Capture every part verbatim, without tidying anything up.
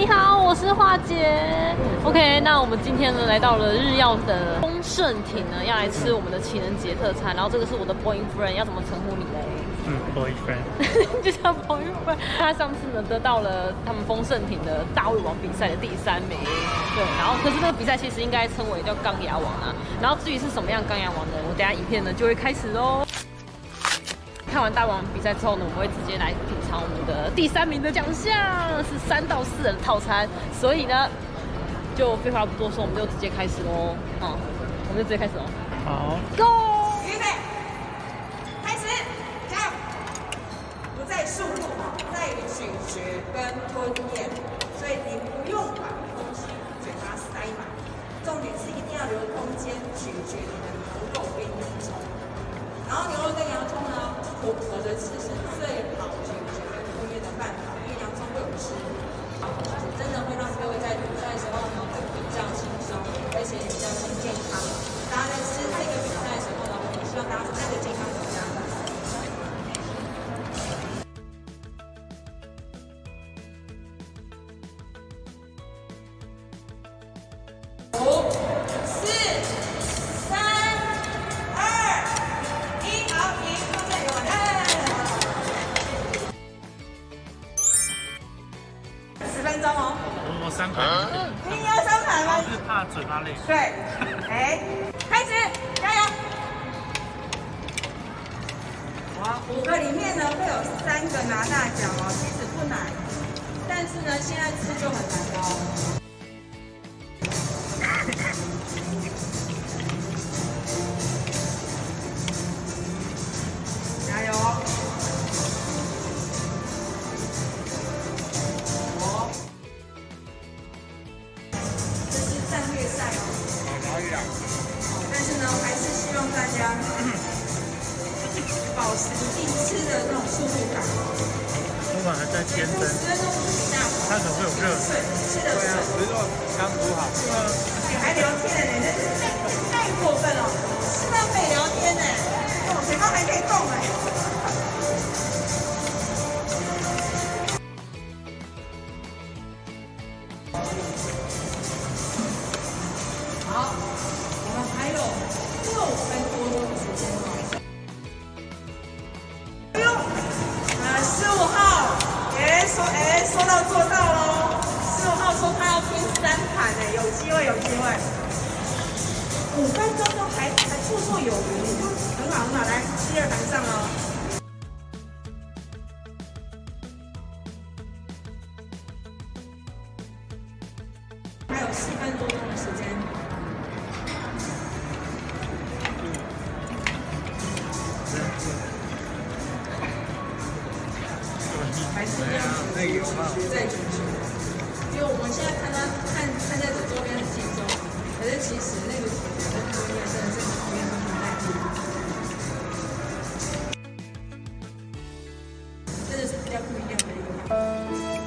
你好，我是花姐。OK， 那我们今天呢来到了日耀的丰盛亭呢，要来吃我们的情人节特餐。然后这个是我的 boyfriend， 要怎么称呼你嘞？ 嗯 ，boyfriend， 就叫 boyfriend。他上次呢得到了他们丰盛亭的大胃王比赛的第三名，对。然后可是那个比赛其实应该称为叫钢牙王啊。然后至于是什么样钢牙王呢，我等一下影片呢就会开始喽。看完大王比赛之后呢，我们会直接来品尝我们的第三名的奖项，是三到四人套餐。所以呢，就废话不多说，我们就直接开始喽。嗯，我们就直接开始喽。 好 ，Go！ 预备，开始，加油！不再输入，在于咀嚼跟吞咽，所以你不用把东西嘴巴塞满，重点是一定要留空间咀嚼你的牛肉跟洋葱。然后牛肉跟洋葱呢，活活着吃是最好咀嚼跟吞咽的办法，因为洋葱会有汁，真的会让各位在比赛的时候呢会比较轻松，而且也比较健康。大家在吃这个比赛的时候呢，我们希望大家是带着健康回家的。五、四、三、二、一，好，停，放在有按。十分钟哦。 我我三款。 你要三盘吗？ 是怕嘴巴累。 对，哎，开始，加油！哇，五个里面呢会有三个拿大奖哦，其实不难，但是呢现在吃就很难了哦。加油！哦，这是战略赛哦。但是呢，还是希望大家保持一定吃的那种速度感。 昨晚还在天真， 十分钟是比较它可能会有热水，吃的水。 不是说刚煮好。 你还聊天呢，你这太太过分了！吃到可以聊天呢，哦，嘴巴还可以动哎。好，我们还有六分多钟的时间哦。哎呦，啊，十五号，哎说哎说到做到喽。十五号说他要拼三盘哎，有机会有机会。五分钟都还还绰绰有余，就很好很好，来第二盘上喽。还有四分多钟的时间。还是要再咀嚼，因为我们现在看他看看在这周边很轻松，可是其实那个咀嚼跟吞咽真的是考验他们的耐力，真的是比较不一样的一个方法。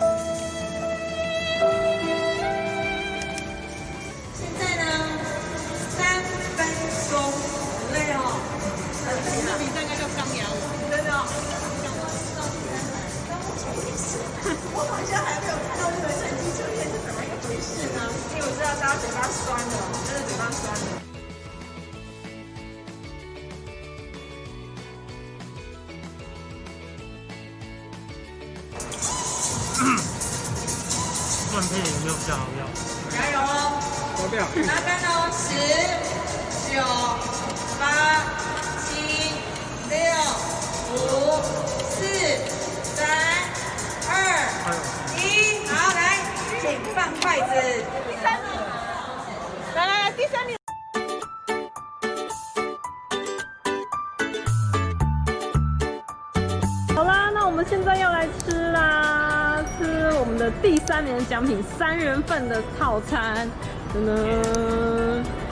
现在呢，三分钟，很累哦，很累啊！比赛应该叫钢牙王，真的哦。我好像还没有看到这个成绩，究竟是怎么一回事呢？因为我知道大家嘴巴酸的，真的嘴巴酸的。 断片有没有比较好用？ 加油哦！ 投票。 拿杆哦，十、九、八、七、六、五、四、三、二、一，好，来，请放筷子。第三名，来来来，第三名。 好啦，那我们现在要来吃啦，吃我们的第三名的奖品，三人份的套餐。噔噔。